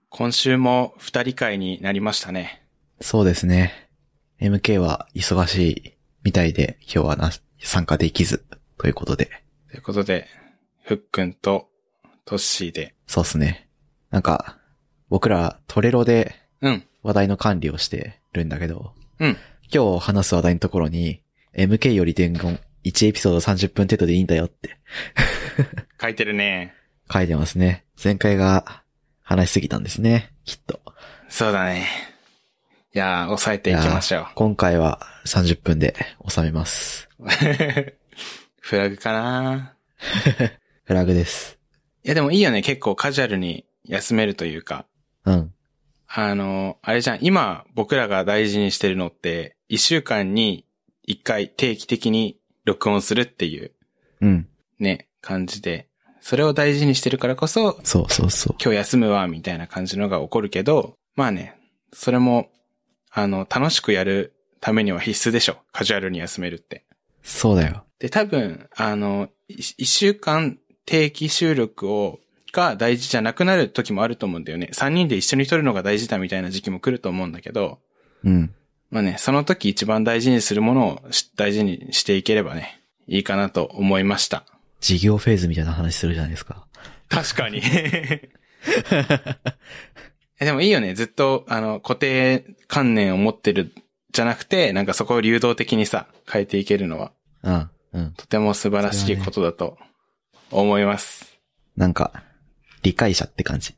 今週も二人会になりましたね。 そうですね。MK は忙しいみたいで、今日は参加できず、ということで。 ということで、ふっくんとトッシーで。 そうっすね。なんか、僕らトレロで、話題の管理をしてるんだけど、今日話す話題のところに、MK より伝言、1エピソード30分程度でいいんだよって。 書いてるね。 書いてますね。前回が話しすぎたんですね、きっと。 そうだね。いやー、抑えていきましょう。 今回は30分で収めます。 フラグかなフラグです。 いやでもいいよね、結構カジュアルに休めるというか。あれじゃん、今僕らが大事にしてるのって、1週間に1回定期的に録音するっていう、ね、感じで、それを大事にしてるからこそ、 そう。 今日休むわ、みたいな感じのが起こるけど、まあね、それも、楽しくやるためには必須でしょ。カジュアルに休めるって。 そうだよ。 で、多分、1週間定期収録が大事じゃなくなる時もあると思うんだよね。3人で一緒に撮るのが大事だみたいな時期も来ると思うんだけど。まあね、その時一番大事にするものを大事にしていければね、いいかなと思いました。 事業フェーズみたいな話するじゃないですか。 確かに。でもいいよね。ずっと、固定観念を持ってるじゃなくて、なんかそこを流動的にさ、変えていけるのは。とても素晴らしいことだと思います。 なんか、理解者って感じ。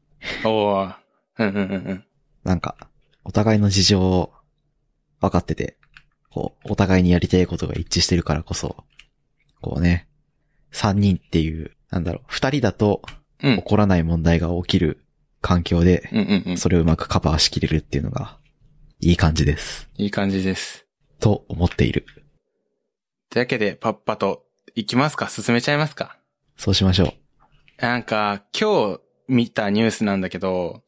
なんか、お互いの事情を分かってて、こう、お互いにやりたいことが一致してるからこそ、こうね、3人っていう、2人だと起こらない問題が起きる環境で、それをうまくカバーしきれるっていうのが、いい感じです。 いい感じです。 と思っている。 というわけで、パッパと行きますか？進めちゃいますか？ そうしましょう。 なんか、今日見たニュースなんだけど、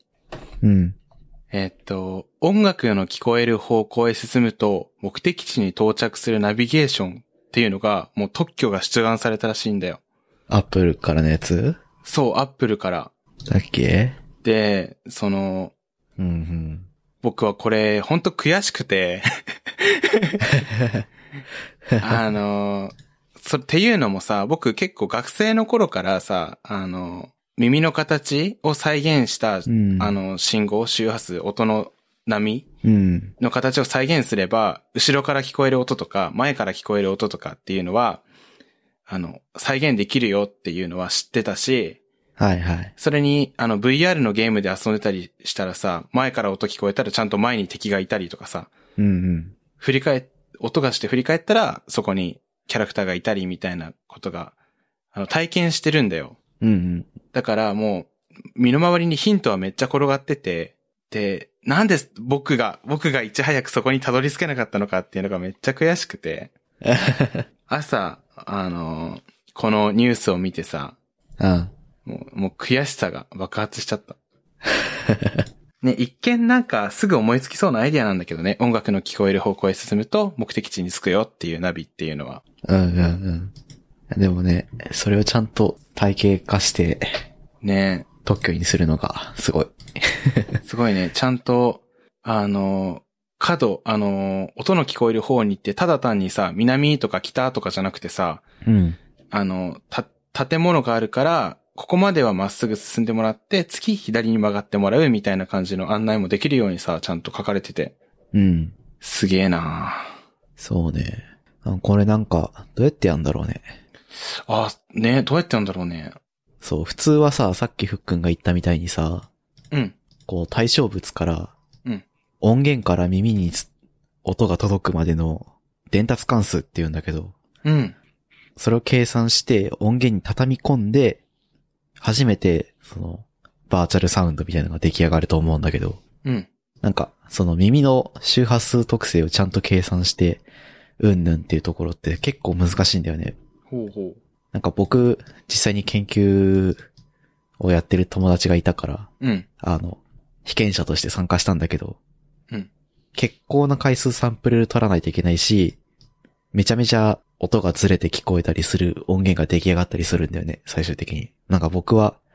音楽の聞こえる方向へ進むと、目的地に到着するナビゲーションっていうのが、もう特許が出願されたらしいんだよ。 アップルからのやつ？ そう、アップルから。 だっけ？ で、僕はこれ、ほんと悔しくて、っていうのもさ、僕結構学生の頃からさ、耳の形を再現した、信号、周波数、音の波の形を再現すれば、後ろから聞こえる音とか、前から聞こえる音とかっていうのは、再現できるよっていうのは知ってたし、それに、VR のゲームで遊んでたりしたらさ、前から音聞こえたらちゃんと前に敵がいたりとかさ、音がして振り返ったら、そこにキャラクターがいたりみたいなことが、体験してるんだよ。だからもう、身の回りにヒントはめっちゃ転がってて、で、なんで僕がいち早くそこにたどり着けなかったのかっていうのがめっちゃ悔しくて、朝、このニュースを見てさ、もう悔しさが爆発しちゃった。ね、一見なんかすぐ思いつきそうなアイディアなんだけどね、音楽の聞こえる方向へ進むと目的地に着くよっていうナビっていうのは。 でもね、それをちゃんと体系化して、 ね、 特許にするのがすごい。 すごいね、ちゃんと、音の聞こえる方に行って、ただ単にさ、南とか北とかじゃなくてさ、建物があるから、ここまではまっすぐ進んでもらって、次左に曲がってもらうみたいな感じの案内もできるようにさ、ちゃんと書かれてて。すげえなそうね。これなんか、どうやってやんだろうね。 どうやってやんだろうね。 そう、普通はさ、さっきふっくんが言ったみたいにさ、こう対象物から、音源から耳に音が届くまでの伝達関数って言うんだけど、それを計算して音源に畳み込んで、初めて、バーチャルサウンドみたいなのが出来上がると思うんだけど、なんか、その耳の周波数特性をちゃんと計算して、うんぬんっていうところって結構難しいんだよね。なんか僕、実際に研究をやってる友達がいたから、被験者として参加したんだけど、結構な回数サンプル取らないといけないし、めちゃめちゃ音がずれて聞こえたりする音源が出来上がったりするんだよね、最終的に。なんか僕は、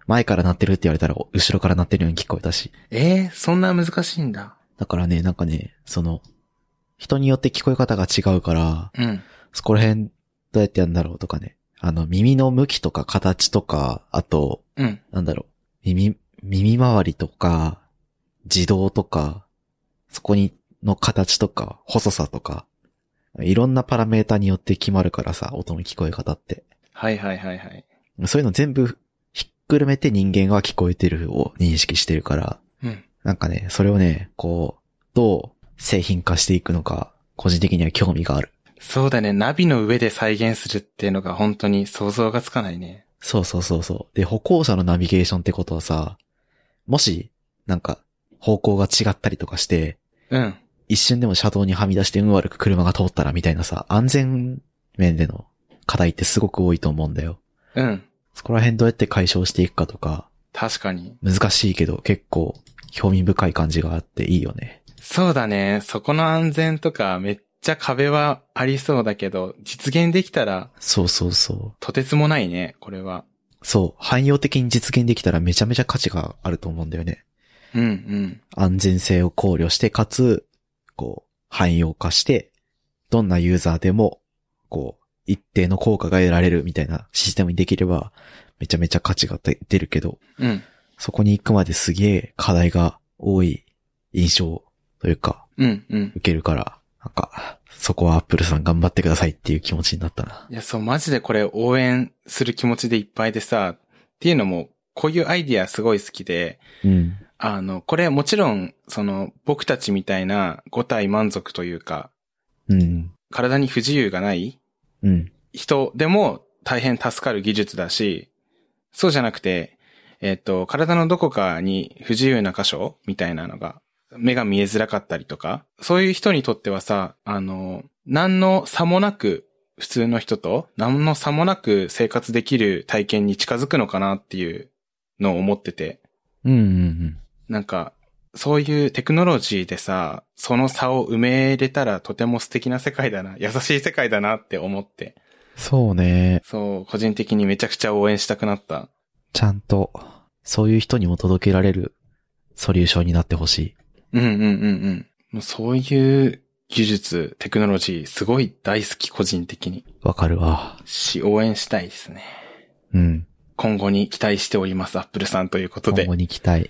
前から鳴ってるって言われたら、後ろから鳴ってるように聞こえたし。 そんな難しいんだ。 だからね、なんかね、人によって聞こえ方が違うから、そこら辺どうやってやるんだろうとかね。耳の向きとか形とか、あと、なんだろう、耳周りとか、自動とか、そこの形とか、細さとか、いろんなパラメータによって決まるからさ、音の聞こえ方って。 はいはいはいはい。 そういうの全部ひっくるめて人間が聞こえてるを認識してるから、なんかね、それをね、こう、どう製品化していくのか、個人的には興味がある。 そうだね、ナビの上で再現するっていうのが本当に想像がつかないね。 そうそうそうそう。で、歩行者のナビゲーションってことはさ、もし、なんか、方向が違ったりとかして、一瞬でも車道にはみ出して運悪く車が通ったらみたいなさ、安全面での課題ってすごく多いと思うんだよ。そこら辺どうやって解消していくかとか。 確かに。 難しいけど結構興味深い感じがあっていいよね。 そうだね。そこの安全とかめっちゃ壁はありそうだけど、実現できたら。 そうそうそう。 とてつもないね、これは。 そう。汎用的に実現できたらめちゃめちゃ価値があると思うんだよね。安全性を考慮して、かつ、こう、汎用化して、どんなユーザーでも、こう、一定の効果が得られるみたいなシステムにできれば、めちゃめちゃ価値が出るけど、そこに行くまですげえ課題が多い印象というか、受けるから、なんか、そこはアップルさん頑張ってくださいっていう気持ちになったな。 いや、そう、マジでこれ応援する気持ちでいっぱいでさ、っていうのも、こういうアイディアすごい好きで、これもちろん、僕たちみたいな五体満足というか、体に不自由がない、人でも大変助かる技術だし、そうじゃなくて、体のどこかに不自由な箇所みたいなのが、目が見えづらかったりとか、そういう人にとってはさ、何の差もなく、普通の人と何の差もなく生活できる体験に近づくのかなっていうのを思ってて。なんか、そういうテクノロジーでさ、その差を埋めれたらとても素敵な世界だな、優しい世界だなって思って。 そうね。 そう、個人的にめちゃくちゃ応援したくなった。 ちゃんと、そういう人にも届けられるソリューションになってほしい。 もうそういう技術、テクノロジー、すごい大好き、個人的に。 わかるわ。 応援したいですね。今後に期待しております、アップルさんということで。 今後に期待。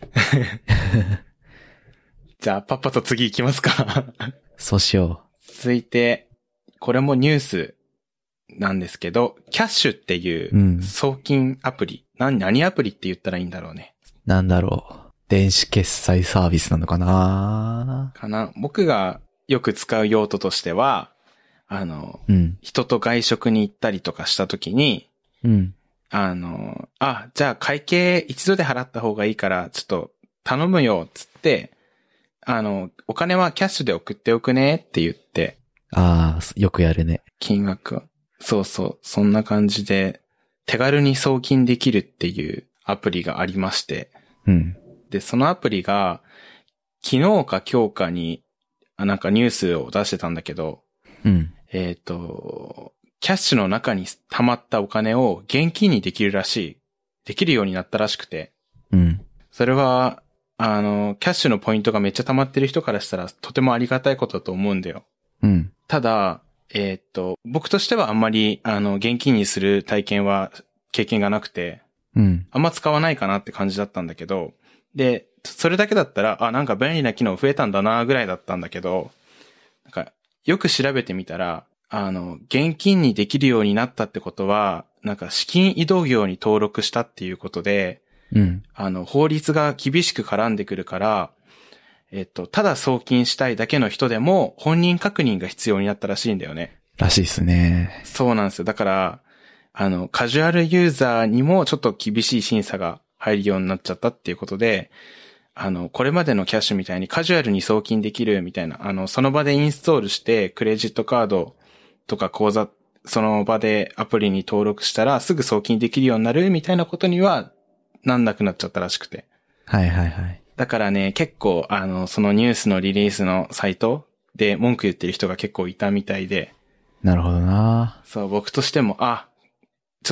じゃあ、パッパと次行きますか。 そうしよう。続いて、これもニュースなんですけど、キャッシュっていう送金アプリ。何アプリって言ったらいいんだろうね。 なんだろう。電子決済サービスなのかな？ 僕がよく使う用途としては、人と外食に行ったりとかしたときに、じゃあ会計一度で払った方がいいから、ちょっと頼むよ、つって、お金はキャッシュで送っておくねって言って。 よくやるね。 金額。そうそう。そんな感じで、手軽に送金できるっていうアプリがありまして。で、そのアプリが、昨日か今日かに、なんかニュースを出してたんだけど、キャッシュの中に溜まったお金を現金にできるようになったらしくて。それは、キャッシュのポイントがめっちゃ溜まってる人からしたらとてもありがたいことだと思うんだよ。ただ、僕としてはあんまり、現金にする経験がなくて、あんま使わないかなって感じだったんだけど、で、それだけだったら、なんか便利な機能増えたんだなぐらいだったんだけど、なんか、よく調べてみたら、現金にできるようになったってことは、なんか資金移動業に登録したっていうことで、法律が厳しく絡んでくるから、ただ送金したいだけの人でも本人確認が必要になったらしいんだよね。 らしいですね。 そうなんですよ。だから、カジュアルユーザーにもちょっと厳しい審査が入るようになっちゃったっていうことで、これまでのキャッシュみたいにカジュアルに送金できるみたいな、その場でインストールしてクレジットカードとか口座、その場でアプリに登録したらすぐ送金できるようになるみたいなことにはなんなくなっちゃったらしくて。だからね、結構、そのニュースのリリースのサイトで文句言ってる人が結構いたみたいで。 なるほどな。 そう、僕としても、ちょっと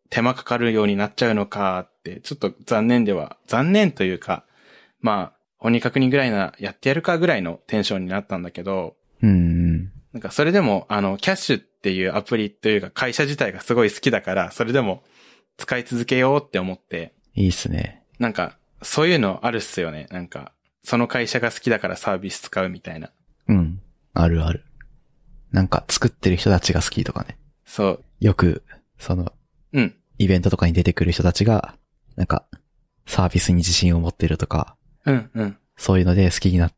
手間かかるようになっちゃうのかって、ちょっと残念というか、まあ、本人確認ぐらいならやってやるかぐらいのテンションになったんだけど、なんかそれでも、キャッシュっていうアプリというか会社自体がすごい好きだから、それでも使い続けようって思って。 いいっすね。 なんか、そういうのあるっすよね。なんか、その会社が好きだからサービス使うみたいな。 うん。あるある。なんか作ってる人たちが好きとかね。 そう。 よく、イベントとかに出てくる人たちが、なんか、サービスに自信を持ってるとか、そういうので好きになって、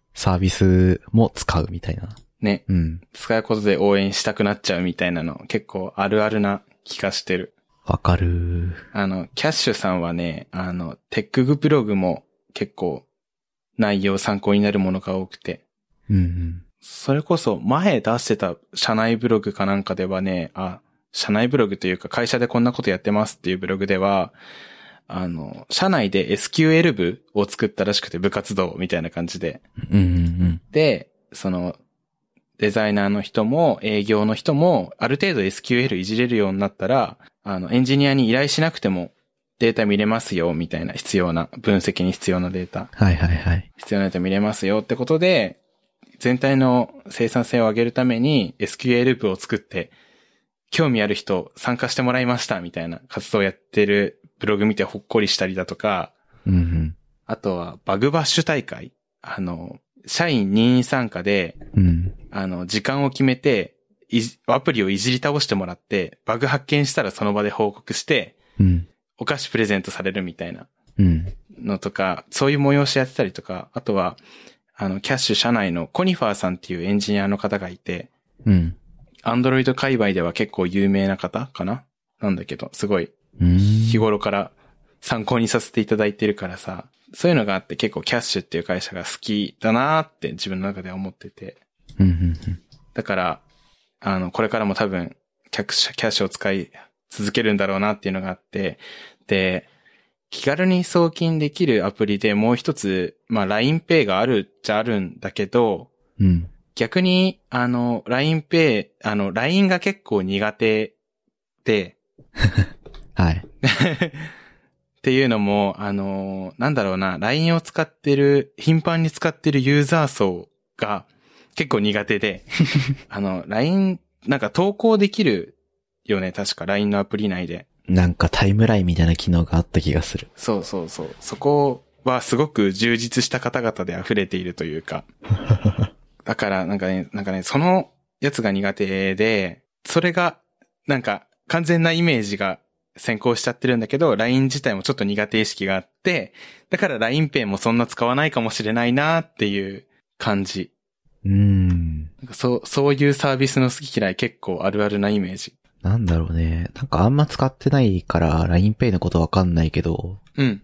サービスも使うみたいな。 ね。使うことで応援したくなっちゃうみたいなの、結構あるあるな気がしてる。 わかる。 キャッシュさんはね、テックグブログも結構内容参考になるものが多くて。それこそ前出してた社内ブログかなんかではね、社内ブログというか会社でこんなことやってますっていうブログでは、社内で SQL 部を作ったらしくて部活動みたいな感じで。で、デザイナーの人も営業の人もある程度 SQL いじれるようになったら、エンジニアに依頼しなくてもデータ見れますよみたいな分析に必要なデータ。必要なデータ見れますよってことで、全体の生産性を上げるために SQL 部を作って、興味ある人参加してもらいましたみたいな活動をやってるブログ見てほっこりしたりだとか、あとはバグバッシュ大会。社員任意参加で、時間を決めて、アプリをいじり倒してもらって、バグ発見したらその場で報告して、お菓子プレゼントされるみたいなのとか、そういう催しやってたりとか、あとは、キャッシュ社内のコニファーさんっていうエンジニアの方がいて、アンドロイド界隈では結構有名な方かななんだけど、すごい、日頃から参考にさせていただいてるからさ、そういうのがあって結構キャッシュっていう会社が好きだなーって自分の中では思ってて。だから、これからも多分、キャッシュを使い続けるんだろうなっていうのがあって、で、気軽に送金できるアプリでもう一つ、LINEPay があるっちゃあるんだけど、逆に、LINEPay、LINE が結構苦手で、 はい。 っていうのも、なんだろうな、LINE を使ってる、頻繁に使ってるユーザー層が結構苦手で、LINE、なんか投稿できるよね、確か LINE のアプリ内で。 なんかタイムラインみたいな機能があった気がする。 そう。そこはすごく充実した方々で溢れているというか。だからなんかね、そのやつが苦手で、それが、なんか完全なイメージが先行しちゃってるんだけど、LINE 自体もちょっと苦手意識があって、だから LINEPay もそんな使わないかもしれないなっていう感じ。なんかそういうサービスの好き嫌い結構あるあるなイメージ。 なんだろうね。なんかあんま使ってないから LINEPay のことわかんないけど。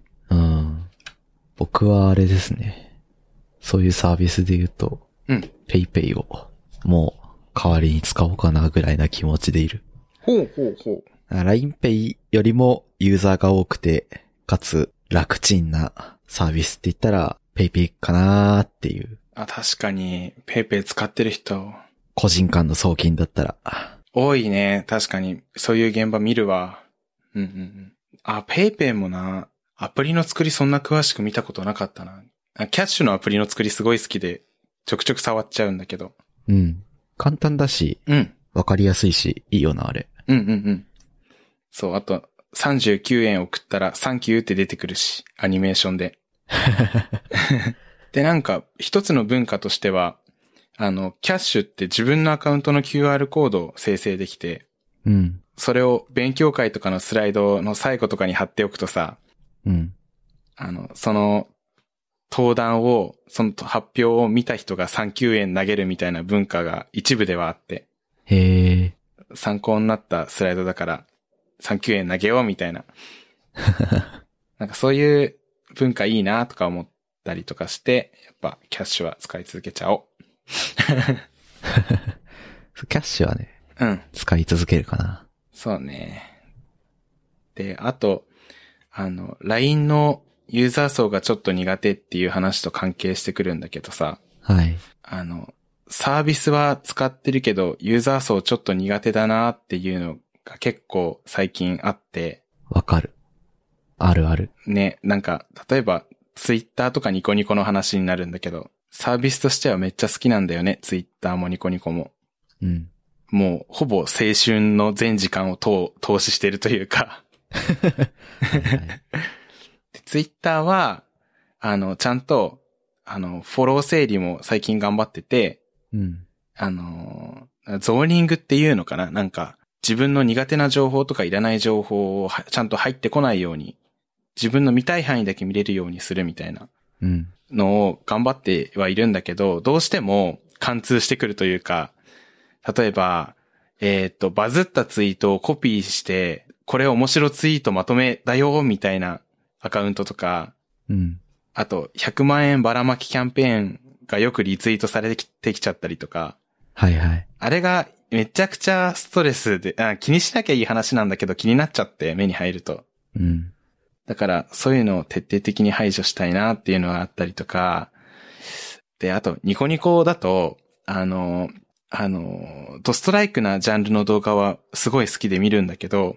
僕はあれですね。そういうサービスで言うと、PayPay をもう代わりに使おうかなぐらいな気持ちでいる。LINEPay よりもユーザーが多くて、かつ楽ちんなサービスって言ったら PayPay かなーっていう。 確かに PayPay 使ってる人。 個人間の送金だったら。 多いね。確かに。そういう現場見るわ。PayPay もな、アプリの作りそんな詳しく見たことなかったな。キャッシュのアプリの作りすごい好きで、ちょくちょく触っちゃうんだけど。 簡単だし、わかりやすいし、いいよな、あれ。 そう、あと、39円送ったら、サンキューって出てくるし、アニメーションで。で、なんか、一つの文化としては、キャッシュって自分のアカウントの QR コードを生成できて、それを勉強会とかのスライドの最後とかに貼っておくとさ、その登壇を、その発表を見た人が39円投げるみたいな文化が一部ではあって。参考になったスライドだから、39円投げようみたいな。なんかそういう文化いいなとか思ったりとかして、やっぱキャッシュは使い続けちゃおう。 キャッシュはね、使い続けるかな。 そうね。で、あと、LINE のユーザー層がちょっと苦手っていう話と関係してくるんだけどさ。サービスは使ってるけど、ユーザー層ちょっと苦手だなっていうのが結構最近あって。 わかる。あるある。 ね、なんか、例えば、ツイッターとかニコニコの話になるんだけど、サービスとしてはめっちゃ好きなんだよね、ツイッターもニコニコも。 うん。 もう、ほぼ青春の全時間を投資してるというかはいはい。ツイッターは、ちゃんと、フォロー整理も最近頑張ってて、 うん。 ゾーニングっていうのかな？なんか、自分の苦手な情報とかいらない情報をちゃんと入ってこないように、自分の見たい範囲だけ見れるようにするみたいなのを頑張ってはいるんだけど、どうしても貫通してくるというか、例えば、バズったツイートをコピーして、これ面白ツイートまとめだよ、みたいなアカウントとか、 うん。 あと、100万円ばらまきキャンペーンがよくリツイートされてきちゃったりとか。 はいはい。 あれがめちゃくちゃストレスで、気にしなきゃいい話なんだけど気になっちゃって目に入ると。 うん。 だからそういうのを徹底的に排除したいなっていうのがあったりとか。で、あと、ニコニコだと、ドストライクなジャンルの動画はすごい好きで見るんだけど、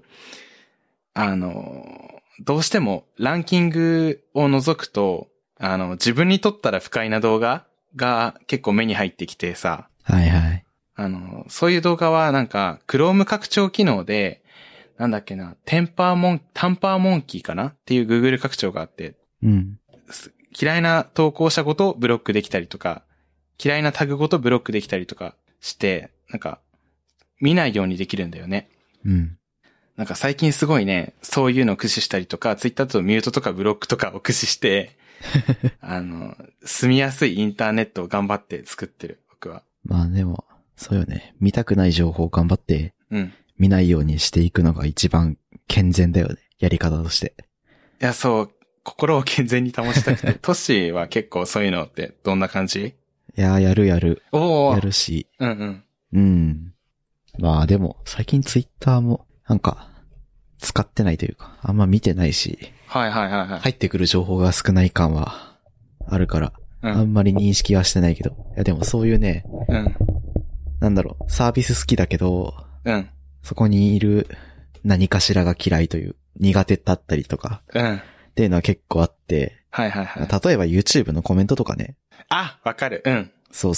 どうしてもランキングを除くと、自分にとったら不快な動画が結構目に入ってきてさ。 はいはい。 そういう動画はなんか、Chrome 拡張機能で、なんだっけな、タンパーモンキーかなっていう Google 拡張があって、 うん。 嫌いな投稿者ごとブロックできたりとか、嫌いなタグごとブロックできたりとかして、なんか、見ないようにできるんだよね。 うん。 なんか最近すごいね、そういうのを駆使したりとか、Twitter だとミュートとかブロックとかを駆使して、住みやすいインターネットを頑張って作ってる、僕は。 まあでも、そうよね。見たくない情報を頑張って、見ないようにしていくのが一番健全だよね。やり方として。 いや、そう、心を健全に保ちたくて。トッシーは結構そういうのってどんな感じ？ いや、やる。やるし。 うんうん。まあでも、最近ツイッターも、なんか、使ってないというか、あんま見てないし。 はい。 入ってくる情報が少ない感は、あるから、あんまり認識はしてないけど。いやでもそういうね、なんだろう、サービス好きだけど、そこにいる何かしらが嫌いという、苦手だったりとか、っていうのは結構あって、 例えば YouTube のコメントとかね。 あ、わかる。 そう、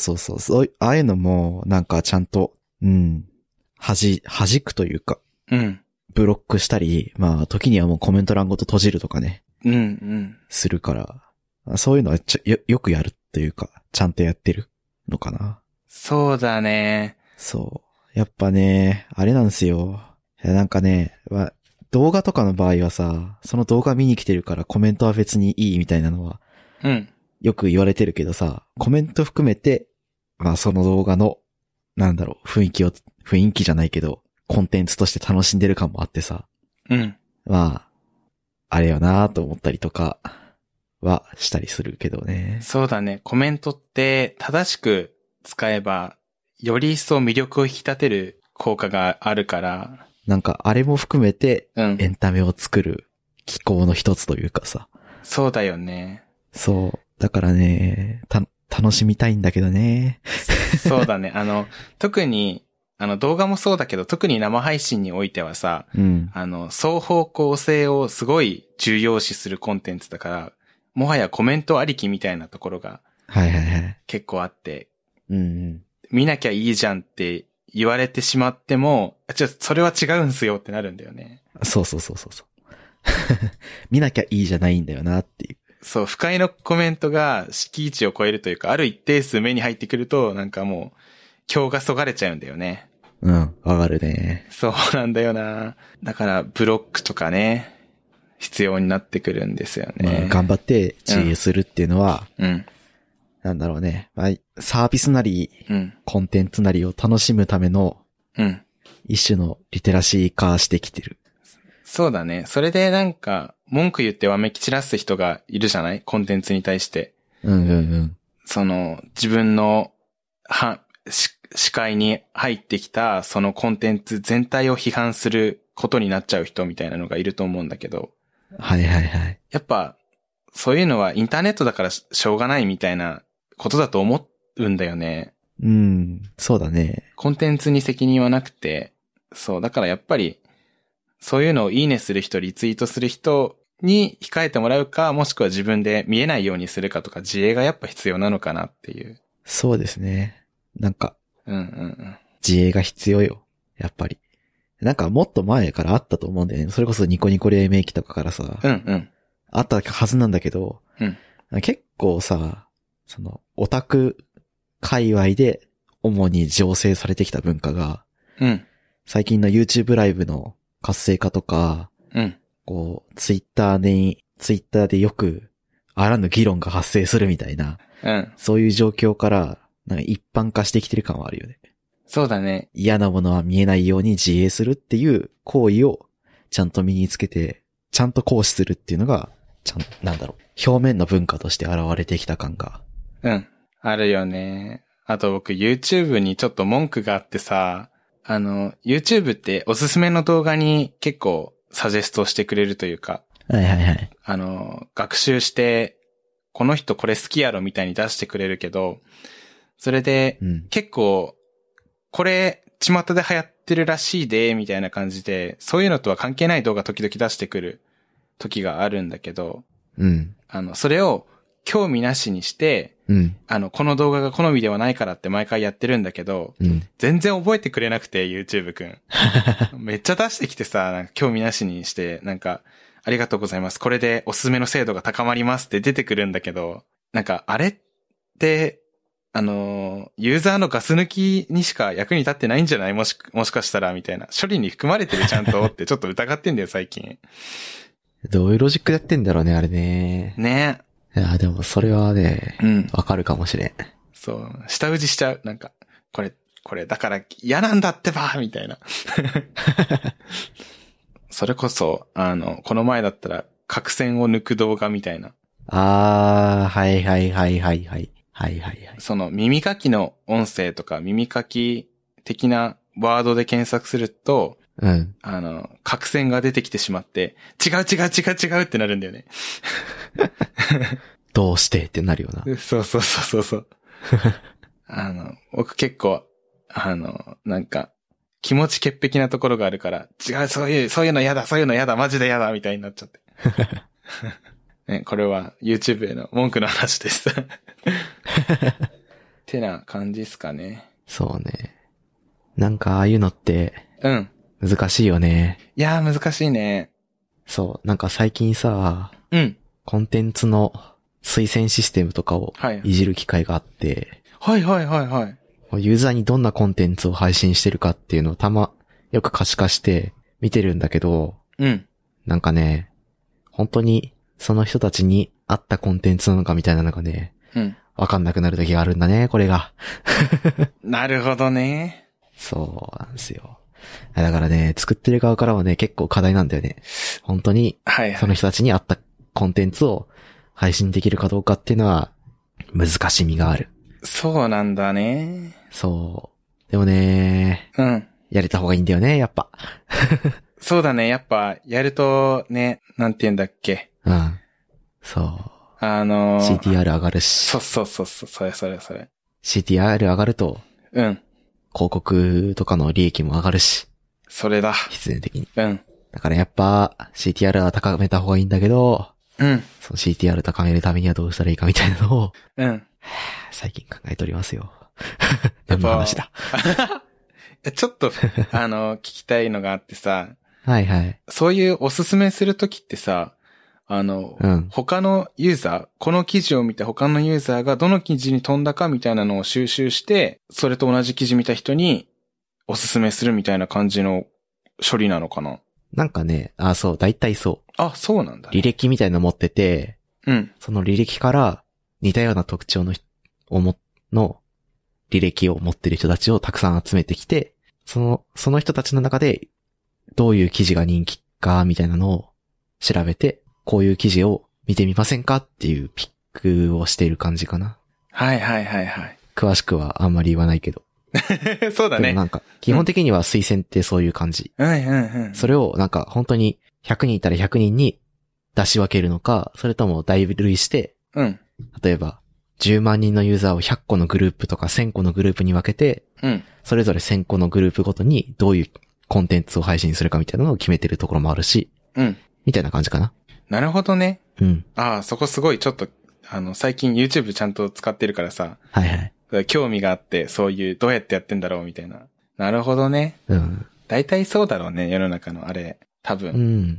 ああいうのも、なんかちゃんと、弾くというか、ブロックしたり、まあ、時にはもうコメント欄ごと閉じるとかね。するから、そういうのはよくやるっていうか、ちゃんとやってるのかな。 そうだね。 そう。やっぱね、あれなんですよ。なんかね、動画とかの場合はさ、その動画見に来てるからコメントは別にいいみたいなのは、よく言われてるけどさ、コメント含めて、まあその動画の、なんだろう、雰囲気じゃないけど、コンテンツとして楽しんでる感もあってさ。まあ、あれよなぁと思ったりとかはしたりするけどね。 そうだね。コメントって正しく使えば、より一層魅力を引き立てる効果があるから。 なんかあれも含めて、エンタメを作る機構の一つというかさ。 そうだよね。 そう。だからね、楽しみたいんだけどね。 そうだね。特に、動画もそうだけど、特に生配信においてはさ、双方向性をすごい重要視するコンテンツだから、もはやコメントありきみたいなところが、結構あって、見なきゃいいじゃんって言われてしまっても、それは違うんすよってなるんだよね。 そう。見なきゃいいじゃないんだよなっていう。 そう、不快のコメントが敷地を超えるというか、ある一定数目に入ってくると、なんかもう、票がそがれちゃうんだよね。 わかるね。 そうなんだよな。だから、ブロックとかね、必要になってくるんですよね。 まあ、頑張って自衛するっていうのは、なんだろうね。まあ、サービスなり、コンテンツなりを楽しむための、一種のリテラシー化してきてる。 そうだね。それでなんか、文句言ってわめき散らす人がいるじゃない？コンテンツに対して。自分の、視界に入ってきた、そのコンテンツ全体を批判することになっちゃう人みたいなのがいると思うんだけど。やっぱ、そういうのはインターネットだからしょうがないみたいなことだと思うんだよね。 そうだね。 コンテンツに責任はなくて、 そう、だからやっぱり、そういうのをいいねする人、リツイートする人に控えてもらうか、もしくは自分で見えないようにするかとか、自衛がやっぱ必要なのかなっていう。 そうですね。なんか、 自衛が必要よ。やっぱり。なんかもっと前からあったと思うんだよね。それこそニコニコ黎明期とかからさ。あったはずなんだけど、結構さ、その、オタク界隈で主に醸成されてきた文化が、最近の YouTube ライブの活性化とか、こう、ツイッターでよく、あらぬ議論が発生するみたいな、そういう状況から、なんか一般化してきてる感はあるよね。 そうだね。 嫌なものは見えないように自衛するっていう行為をちゃんと身につけて、ちゃんと行使するっていうのが、表面の文化として現れてきた感が。 あるよね。あと僕 YouTube にちょっと文句があってさ、YouTube っておすすめの動画に結構サジェストしてくれるというか。学習して、この人これ好きやろみたいに出してくれるけど、それで、結構、これ、巷で流行ってるらしいで、みたいな感じで、そういうのとは関係ない動画時々出してくる時があるんだけど、それを興味なしにして、この動画が好みではないからって毎回やってるんだけど、全然覚えてくれなくて、YouTube くん。めっちゃ出してきてさ、なんか興味なしにして、なんか、ありがとうございます。これでおすすめの精度が高まりますって出てくるんだけど、なんか、あれって、ユーザーのガス抜きにしか役に立ってないんじゃないもしかしたらみたいな。処理に含まれてるちゃんとってちょっと疑ってんだよ、最近。 どういうロジックでやってんだろうね、あれね。 ね。 いや、でもそれはね、わかるかもしれん。 そう、下打ちしちゃう。なんか、これ、だから嫌なんだってばみたいな。それこそ、この前だったら、角線を抜く動画みたいな。 はい。 その耳かきの音声とか耳かき的なワードで検索すると、角線が出てきてしまって、違うってなるんだよね。 どうしてってなるよな。 そう。僕結構、なんか、気持ち潔癖なところがあるから、違う、そういうの嫌だ、マジで嫌だ、みたいになっちゃって。ね、これは YouTube への文句の話です。てな感じっすかね。 そうね。なんかああいうのって、難しいよね。 いやー難しいね。 そう、なんか最近さ、コンテンツの推薦システムとかをいじる機会があって、 はい。 ユーザーにどんなコンテンツを配信してるかっていうのをよく可視化して見てるんだけど、なんかね、本当にその人たちに合ったコンテンツなのかみたいなのがね、わかんなくなる時があるんだね、これが。 なるほどね。 そうなんですよ。だからね、作ってる側からはね、結構課題なんだよね。本当に、その人たちに合ったコンテンツを配信できるかどうかっていうのは、難しみがある。 そうなんだね。 そう。でもね、やれた方がいいんだよね、やっぱ。 そうだね、やっぱ、やるとね、なんて言うんだっけ。 そう。CTR 上がるし。 そう、それ。 CTR 上がると、広告とかの利益も上がるし。 それだ。 必然的に。だからやっぱ、CTR は高めた方がいいんだけど、その CTR 高めるためにはどうしたらいいかみたいなのを、最近考えておりますよ。何の話だ。 ちょっと、聞きたいのがあってさ。 はい。 そういうおすすめするときってさ、他のユーザー、この記事を見て他のユーザーがどの記事に飛んだかみたいなのを収集して、それと同じ記事見た人におすすめするみたいな感じの処理なのかな？ なんかね、そう、大体そう。 そうなんだ、ね。 履歴みたいなの持ってて、その履歴から似たような特徴の履歴を持ってる人たちをたくさん集めてきて、その人たちの中でどういう記事が人気かみたいなのを調べて、こういう記事を見てみませんかっていうピックをしている感じかな。 はい。 詳しくはあんまり言わないけど。 そうだね。 でもなんか、基本的には推薦ってそういう感じ。それをなんか本当に100人いたら100人に出し分けるのか、それとも代類して、例えば10万人のユーザーを100個のグループとか1000個のグループに分けて、それぞれ1000個のグループごとにどういうコンテンツを配信するかみたいなのを決めてるところもあるし。 うん。 みたいな感じかな。 なるほどね。 うん。 ああ、そこすごいちょっと、最近 YouTube ちゃんと使ってるからさ。 はいはい。 興味があって、そういう、どうやってやってんだろうみたいな。なるほどね。 うん。 大体そうだろうね、世の中のあれ。多分。 うん。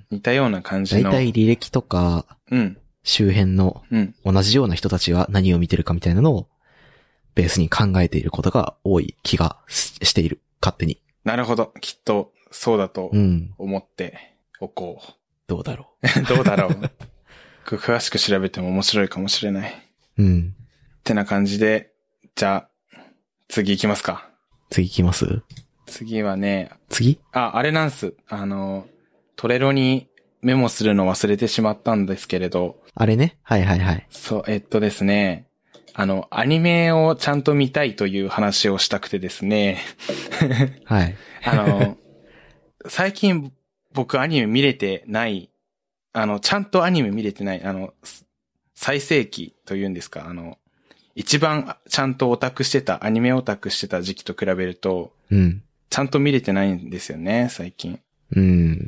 似たような感じの。 大体履歴とか、 うん。 周辺の、同じような人たちは何を見てるかみたいなのを、ベースに考えていることが多い気がしている。勝手に。 なるほど。きっと、そうだと思っておこう。 どうだろう。どうだろう。詳しく調べても面白いかもしれない。 うん。 ってな感じで、じゃあ、次行きますか。 次行きます？ 次はね。 次？ あれなんす。トレロにメモするの忘れてしまったんですけれど。 あれね。はいはいはい。 そう、ですね。アニメをちゃんと見たいという話をしたくてですね。 はい。 最近僕アニメ見れてない、ちゃんとアニメ見れてない、最盛期というんですか、一番ちゃんとオタクしてた、アニメオタクしてた時期と比べると、 うん。 ちゃんと見れてないんですよね、最近。 うん。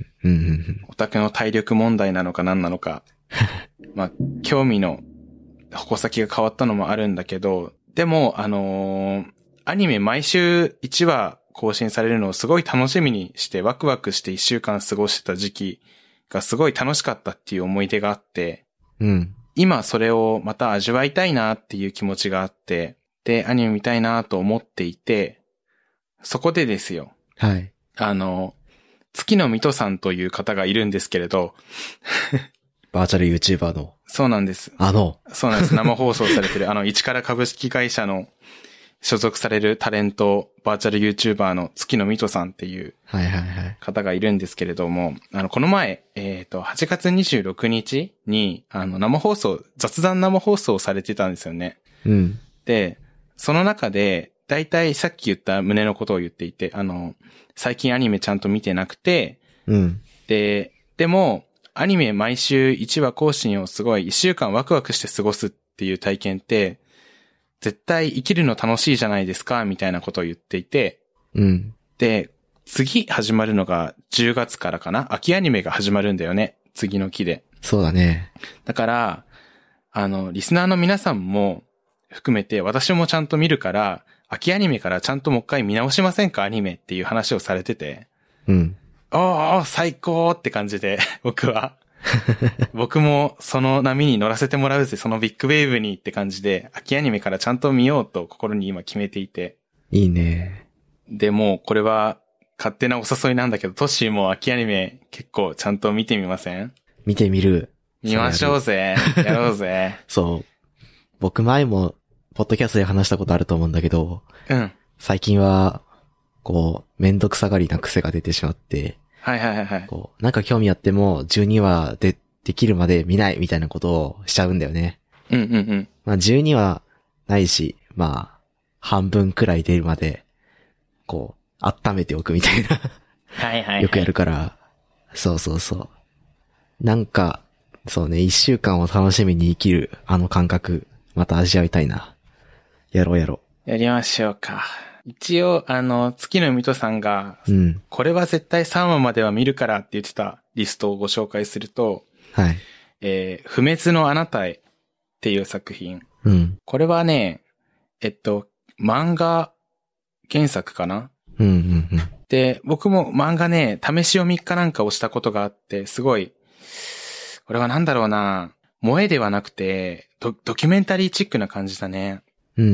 うん。 オタクの体力問題なのか何なのか。まあ、興味の矛先が変わったのもあるんだけど、でも、アニメ毎週1話更新されるのをすごい楽しみにしてワクワクして1週間過ごしてた時期がすごい楽しかったっていう思い出があって、 うん。 今それをまた味わいたいなっていう気持ちがあって、で、アニメ見たいなと思っていて、そこでですよ。 はい。 月野水戸さんという方がいるんですけれど。 バーチャル YouTuber の。 そうなんです。そうなんです。生放送されてる、市から株式会社の所属されるタレント、バーチャル YouTuber の月野水戸さんっていう方がいるんですけれども、この前、8月26日に、生放送、雑談生放送をされてたんですよね。 うん。 で、その中で、だいたいさっき言った胸のことを言っていて、最近アニメちゃんと見てなくて、 うん。 でも、アニメ毎週1話更新をすごい1週間ワクワクして過ごすっていう体験って、絶対生きるの楽しいじゃないですか、みたいなことを言っていて、 うん。 で、次始まるのが10月からかな？秋アニメが始まるんだよね。次の期で。 そうだね。 だから、リスナーの皆さんも含めて私もちゃんと見るから、秋アニメからちゃんともう一回見直しませんかアニメっていう話をされてて。 うん。 最高って感じで、僕は。僕もその波に乗らせてもらうぜ、そのビッグウェーブにって感じで、秋アニメからちゃんと見ようと心に今決めていて。 いいね。 でもこれは勝手なお誘いなんだけど、トッシーも秋アニメ結構ちゃんと見てみません？ 見てみる。 見ましょうぜ。やろうぜ。 そう。僕前も、ポッドキャストで話したことあると思うんだけど、 うん。 最近は、めんどくさがりな癖が出てしまって、 はい。 なんか興味あっても、12話できるまで見ないみたいなことをしちゃうんだよね。 うん。 まあ12話ないし、まあ、半分くらい出るまで、温めておくみたいな。 はい。 よくやるから、そう。なんか、そうね、1週間を楽しみに生きる、感覚、また味わいたいな。やろう。 やりましょうか。一応、月野水戸さんが、これは絶対3話までは見るからって言ってたリストをご紹介すると、 はい。 不滅のあなたへっていう作品。 うん。 これはね、漫画原作かな？ うん。 で、僕も漫画ね、試し読みかなんかをしたことがあって、すごい、これはなんだろうな、萌えではなくて、ドキュメンタリーチックな感じだね。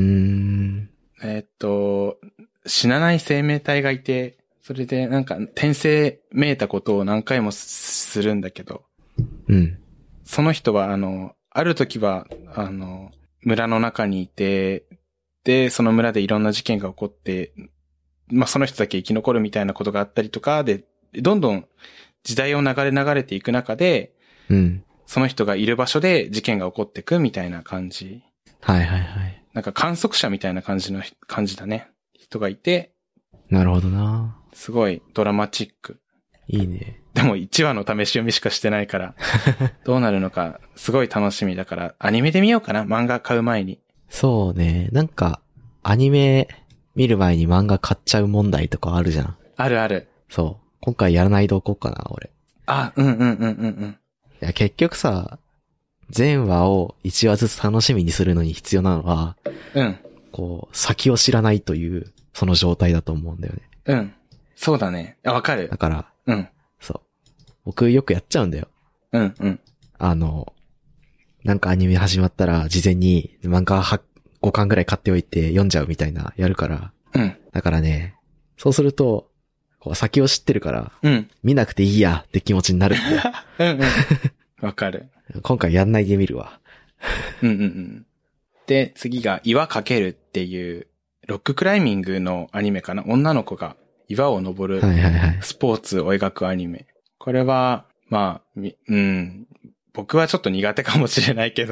死なない生命体がいて、それでなんか転生めいたことを何回もするんだけど、 うん。 その人はある時は、村の中にいて、で、その村でいろんな事件が起こって、まあ、その人だけ生き残るみたいなことがあったりとかで、どんどん時代を流れていく中で、 うん。 その人がいる場所で事件が起こっていくみたいな感じ。 はい。 なんか観測者みたいな感じだね。人がいて。 なるほどな。 すごいドラマチック。 いいね。 でも1話の試し読みしかしてないから、どうなるのかすごい楽しみだから、アニメで見ようかな、漫画買う前に。 そうね。なんか、アニメ見る前に漫画買っちゃう問題とかあるじゃん。 ある。 そう。今回やらないでおこうかな、俺。 あ、うんうんうんうんうん。 いや、結局さ、全話を1話ずつ楽しみにするのに必要なのは、 うん。 こう、先を知らないという、その状態だと思うんだよね。 うん。そうだね。わかる。 だから、 うん。 そう。僕よくやっちゃうんだよ。 うんうん。 なんかアニメ始まったら、事前に漫画5巻ぐらい買っておいて読んじゃうみたいな、やるから。 うん。 だからね、そうすると、こう先を知ってるから、 うん。 見なくていいやって気持ちになるんだよ。 うんうん。わかる。 今回やんないで見るわ。 うんうんうん。で、次が岩かけるっていう、ロッククライミングのアニメかな。女の子が岩を登るスポーツを描くアニメ。これは、まあ、僕はちょっと苦手かもしれないけど。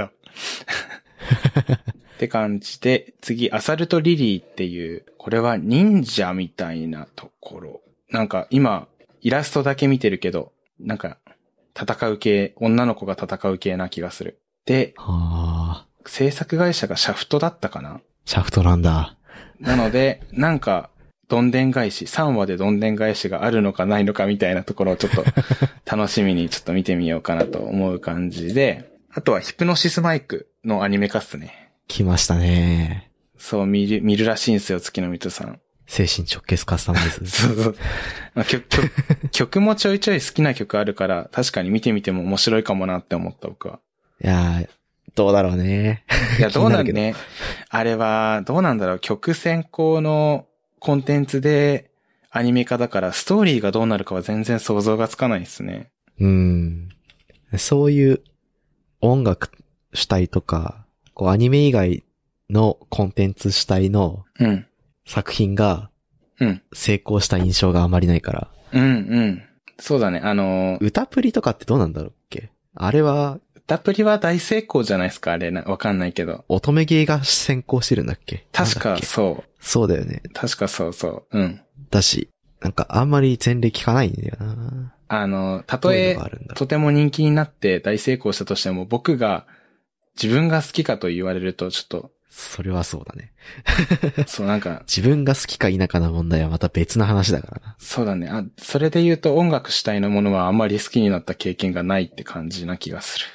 って感じで、次、アサルトリリーっていう、これは忍者みたいなところ。なんか今、イラストだけ見てるけど、なんか、戦う系、女の子が戦う系な気がする。で、制作会社がシャフトだったかな？ シャフトなんだ。 なので、なんか、どんでん返し、3話でどんでん返しがあるのかないのかみたいなところをちょっと楽しみにちょっと見てみようかなと思う感じで、あとはヒプノシスマイクのアニメ化っすね。 来ましたね。 そう、見るらしいんですよ、月の水戸さん。 精神直結カスタマイズ。 そうそう。まあ、曲もちょいちょい好きな曲あるから、確かに見てみても面白いかもなって思った僕は。 いやー、どうだろうね。 いや、どうなんね。あれは、どうなんだろう。曲先行のコンテンツでアニメ化だから、ストーリーがどうなるかは全然想像がつかないですね。 そういう音楽主体とか、こうアニメ以外のコンテンツ主体の作品が成功した印象があまりないから。 うんうん。そうだね。 歌プリとかってどうなんだろうっけ？あれは、 歌プリは大成功じゃないですかあれわかんないけど。 乙女芸が先行してるんだっけ？ 確かそう。 そうだよね。 確かそうそう。うん。 だし、なんかあんまり前歴聞かないんだよな。 たとえとても人気になって大成功したとしても、僕が自分が好きかと言われるとちょっと。 それはそうだね。 そうなんか。 自分が好きか否かの問題はまた別な話だからな。 そうだね。それで言うと音楽主体のものはあんまり好きになった経験がないって感じな気がする。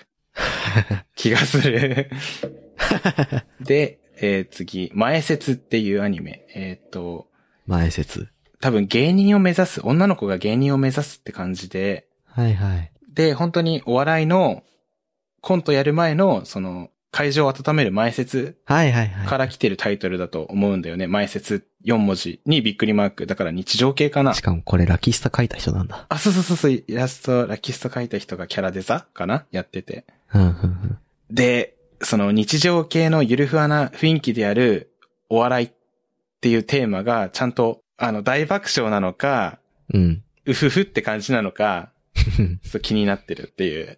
で、次、前説っていうアニメ。 前説。 多分芸人を目指す、女の子が芸人を目指すって感じで。 はいはい。 で、本当にお笑いのコントやる前の、会場を温める前説から来てるタイトルだと思うんだよね。前説4文字にびっくりマーク。だから日常系かな。 しかもこれラキスタ描いた人なんだ。 あ、そう。イラスト、ラキスタ描いた人がキャラデザかなやってて。で、その日常系のゆるふわな雰囲気であるお笑いっていうテーマがちゃんと、大爆笑なのか、うふふって感じなのか、気になってるっていう。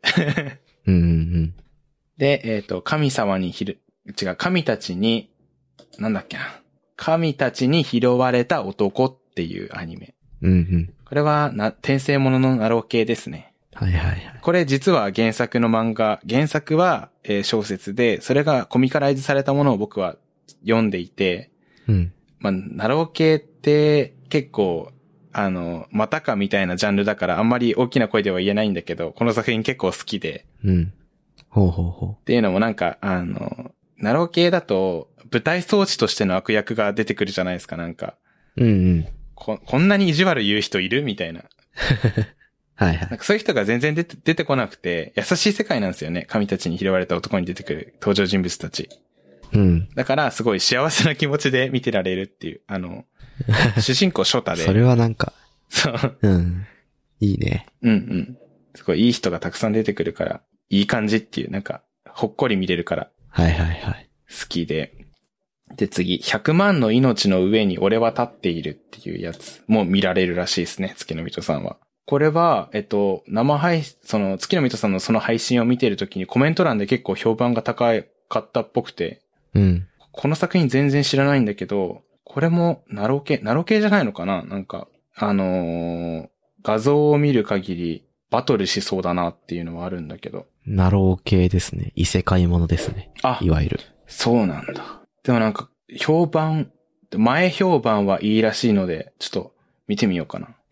で、神たちに、なんだっけな。神たちに拾われた男っていうアニメ。これは転生もののナロー系ですね。これ実は原作の漫画、原作は、小説で、それがコミカライズされたものを僕は読んでいて、まあ、ナロー系って結構、またかみたいなジャンルだからあんまり大きな声では言えないんだけど、この作品結構好きで。っていうのもなんか、ナロー系だと、舞台装置としての悪役が出てくるじゃないですか、なんか。こんなに意地悪言う人いるみたいな。なんかそういう人が全然出てこなくて、優しい世界なんですよね。神たちに拾われた男に出てくる登場人物たち。だから、すごい幸せな気持ちで見てられるっていう。主人公ショタで。 それはなんか。 そう。 いいね。 すごいいい人がたくさん出てくるから、いい感じっていう、なんか、ほっこり見れるから。好きで。で、次、100万の命の上に俺は立っているっていうやつも見られるらしいですね、月の水戸さんは。これは、月の水戸さんのその配信を見てるときにコメント欄で結構評判が高かったっぽくて。この作品全然知らないんだけど、これもナロー系じゃないのかな？なんか、画像を見る限りバトルしそうだなっていうのはあるんだけど。 ナロー系ですね。異世界ものですね。いわゆる。 そうなんだ。でもなんか、前評判はいいらしいので、ちょっと見てみようかな。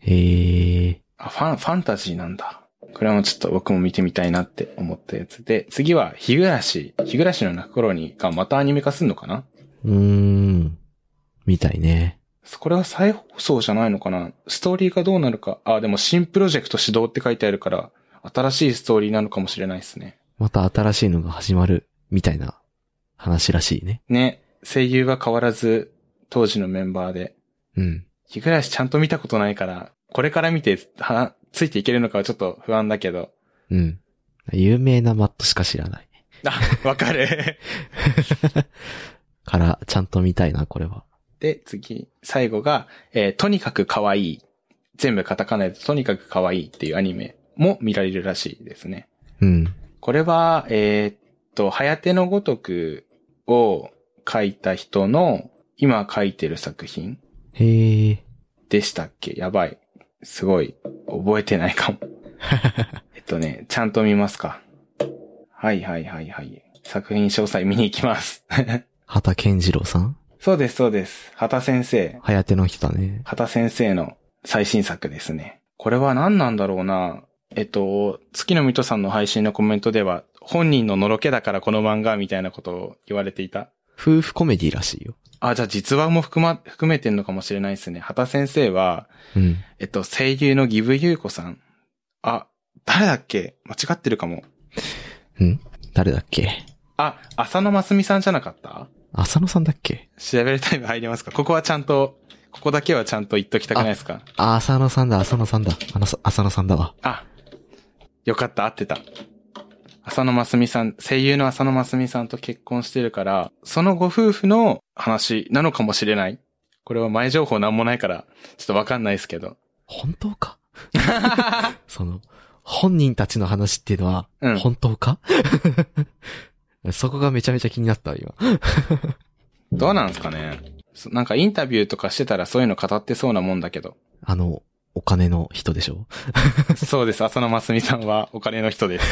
へえ。 ファンタジーなんだ。これもちょっと僕も見てみたいなって思ったやつで、次は日暮らしの泣く頃にがまたアニメ化すんのかな？ みたいね。 これは再放送じゃないのかな？ストーリーがどうなるか。でも新プロジェクト始動って書いてあるから、新しいストーリーなのかもしれないですね。 また新しいのが始まるみたいな話らしいね。 ね。声優は変わらず当時のメンバーで。 うん。 日暮らしちゃんと見たことないから、これから見てついていけるのかはちょっと不安だけど。 うん。有名なマットしか知らない。 わかる。 から、ちゃんと見たいな、これは。 で、最後が、とにかく可愛い。全部カタカナでとにかく可愛いっていうアニメも見られるらしいですね。 うん。 これは、はやてのごとくを書いた人の今書いてる作品でしたっけ？やばい。すごい、覚えてないかも。ちゃんと見ますか。はい。作品詳細見に行きます。 畑健次郎さん？ そうです。畑先生。 はやての人だね。 畑先生の最新作ですね。これは何なんだろうな。月の水戸さんの配信のコメントでは、本人ののろけだからこの漫画みたいなことを言われていた。 夫婦コメディらしいよ。 じゃあ実話も含めてんのかもしれないですね。畑先生は、声優のギブユウコさん。誰だっけ？間違ってるかも。 誰だっけ？ 浅野真澄さんじゃなかった？ 浅野さんだっけ？ 調べるタイム入りますか？ここだけはちゃんと言っときたくないですか？ 浅野さんだ。浅野さんだわ。 よかった、合ってた。浅野真澄さん、声優の浅野真澄さんと結婚してるから、そのご夫婦の話なのかもしれない。これは前情報なんもないから、ちょっとわかんないですけど。 本当か？本人たちの話っていうのは、本当か？そこがめちゃめちゃ気になった今。 どうなんですかね。なんかインタビューとかしてたらそういうの語ってそうなもんだけど。 お金の人でしょ？ そうです。浅野真澄さんはお金の人です。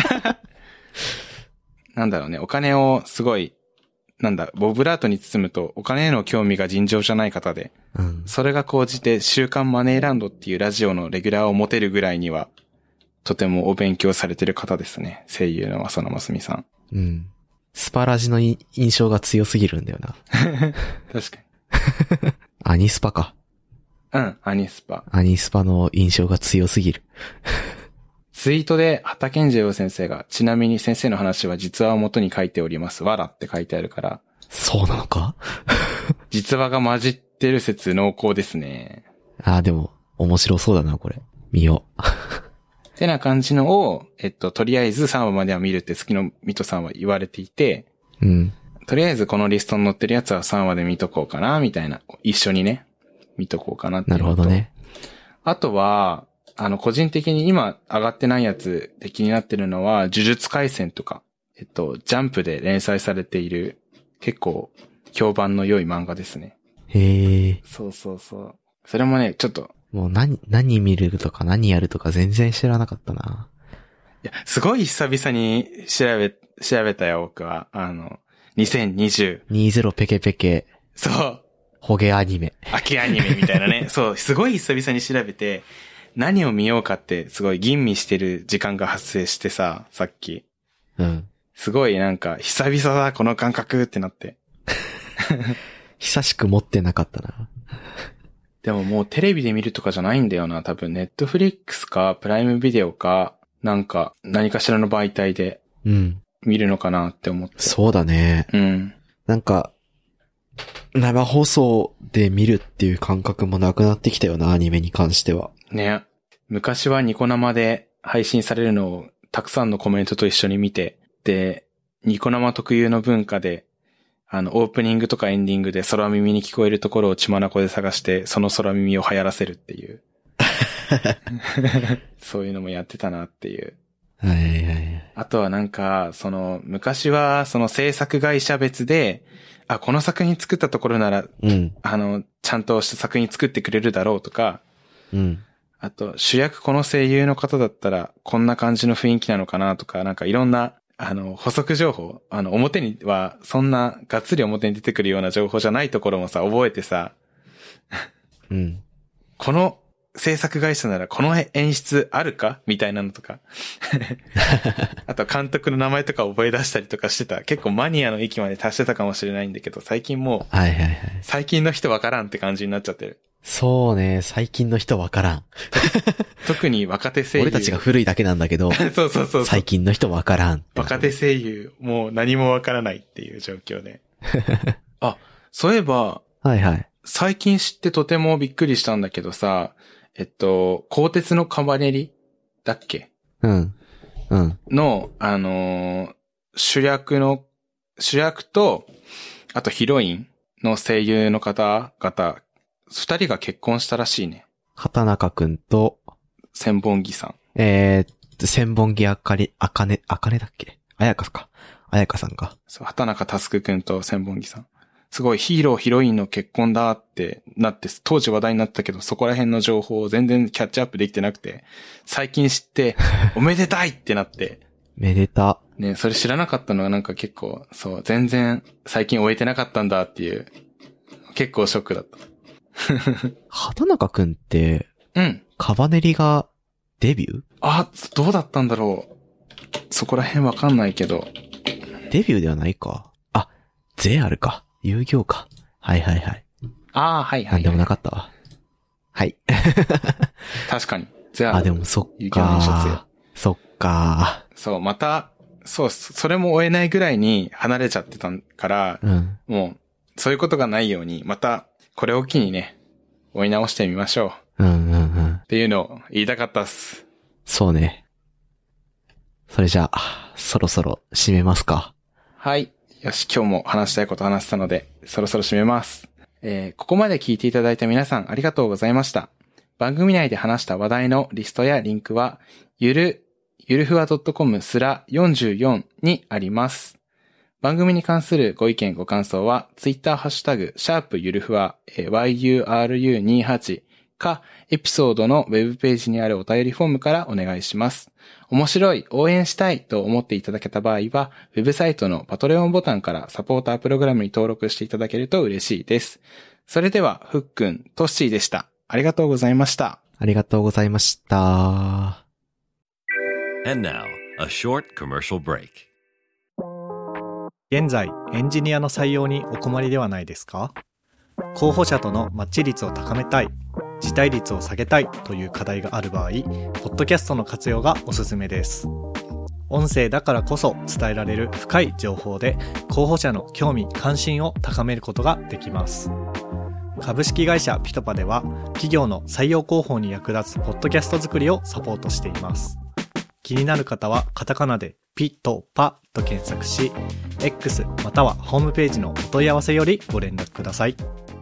なんだろうね。お金をすごい、ボブラートに包むとお金への興味が尋常じゃない方で、それが高じて週刊マネーランドっていうラジオのレギュラーを持てるぐらいには、とてもお勉強されてる方ですね。声優の浅野真澄さん。 スパラジの印象が強すぎるんだよな。 確かに。アニスパか。 アニスパ。 アニスパの印象が強すぎる。 ツイートで畑健次郎先生が、ちなみに先生の話は実話を元に書いております。わらって書いてあるから。 そうなのか？ 実話が混じってる説濃厚ですね。 でも、面白そうだな、これ。見よう。 ってな感じのを、とりあえず3話までは見るって月の水戸さんは言われていて、とりあえずこのリストに載ってるやつは3話で見とこうかな、みたいな。一緒にね、見とこうかなっていうのと。 なるほどね。 あとは、個人的に今上がってないやつで気になってるのは、呪術廻戦とか、ジャンプで連載されている、結構、評判の良い漫画ですね。 へえ。 そう。それもね、ちょっと。 もう何見るとか何やるとか全然知らなかったな。 いや、すごい久々に調べたよ、僕は。2020。 20ペケペケ。 そう。 ホゲアニメ。 秋アニメみたいなね。そう、すごい久々に調べて、何を見ようかってすごい吟味してる時間が発生してさ、さっき。すごい久々だ、この感覚ってなって。 久しく持ってなかったな。 でももうテレビで見るとかじゃないんだよな。多分ネットフリックスかプライムビデオか何かしらの媒体で見るのかなって思って。 そうだね。生放送で見るっていう感覚もなくなってきたよな、アニメに関しては。 ね。昔はニコ生で配信されるのをたくさんのコメントと一緒に見て、で、ニコ生特有の文化で、オープニングとかエンディングで空耳に聞こえるところを血眼で探して、その空耳を流行らせるっていう。そういうのもやってたなっていう。あとは昔は制作会社別で、この作品作ったところなら、ちゃんとした作品作ってくれるだろうとか、あと、主役この声優の方だったら、こんな感じの雰囲気なのかなとか、いろんな、補足情報、表には、そんな、がっつり表に出てくるような情報じゃないところもさ、覚えてさ、この制作会社ならこの演出あるかみたいなのとか。あと監督の名前とか覚え出したりとかしてた。結構マニアの域まで達してたかもしれないんだけど、最近もう、最近の人わからんって感じになっちゃってる。 そうね、最近の人わからん。 特に若手声優。 俺たちが古いだけなんだけど、 そう最近の人わからん。 若手声優、もう何もわからないっていう状況で。あ、そういえば、最近知ってとてもびっくりしたんだけどさ、鋼鉄のカバネリだっけ？の、主役と、あとヒロインの声優の方々、二人が結婚したらしいね。 畑中くんと、 千本木さん。 千本木あかねだっけ？彩香さんか。 そう、畑中佑くんと千本木さん。すごいヒーロー、ヒロインの結婚だってなって、当時話題になったけど、そこら辺の情報を全然キャッチアップできてなくて、最近知って、おめでたいってなって。 めでた。 ね、それ知らなかったのがなんか結構、そう、全然最近終えてなかったんだっていう、結構ショックだった。 畑中くんって、カバネリがデビュー？ あ、どうだったんだろう。そこら辺わかんないけど。 デビューではないか。あ、ゼアルか。遊戯王か。はい。 ああ、はい。 なんでもなかったわ。はい。 確かに。ゼアル。 あ、でもそっか。そっか。 そう、また、そう、それも追えないぐらいに離れちゃってたから、もう、そういうことがないように、また、これを機にね、追い直してみましょう。っていうのを言いたかったっす。 そうね。それじゃあ、そろそろ締めますか。 はい。よし、今日も話したいこと話したので、そろそろ締めます。ここまで聞いていただいた皆さんありがとうございました。番組内で話した話題のリストやリンクは、ゆるふわ .com/44 にあります。番組に関するご意見ご感想は、ツイッターハッシュタグ、ゆるふわ、YURU28 か、エピソードのウェブページにあるお便りフォームからお願いします。面白い、応援したいと思っていただけた場合は、ウェブサイトのパトレオンボタンからサポータープログラムに登録していただけると嬉しいです。それでは、ふっくん、トッシーでした。ありがとうございました。 ありがとうございました。 And now, a short commercial break. 現在、エンジニアの採用にお困りではないですか？候補者とのマッチ率を高めたい、辞退率を下げたいという課題がある場合、ポッドキャストの活用がおすすめです。音声だからこそ伝えられる深い情報で、候補者の興味・関心を高めることができます。株式会社ピトパでは、企業の採用広報に役立つポッドキャスト作りをサポートしています。気になる方はカタカナでピトパと検索し、X またはホームページのお問い合わせよりご連絡ください。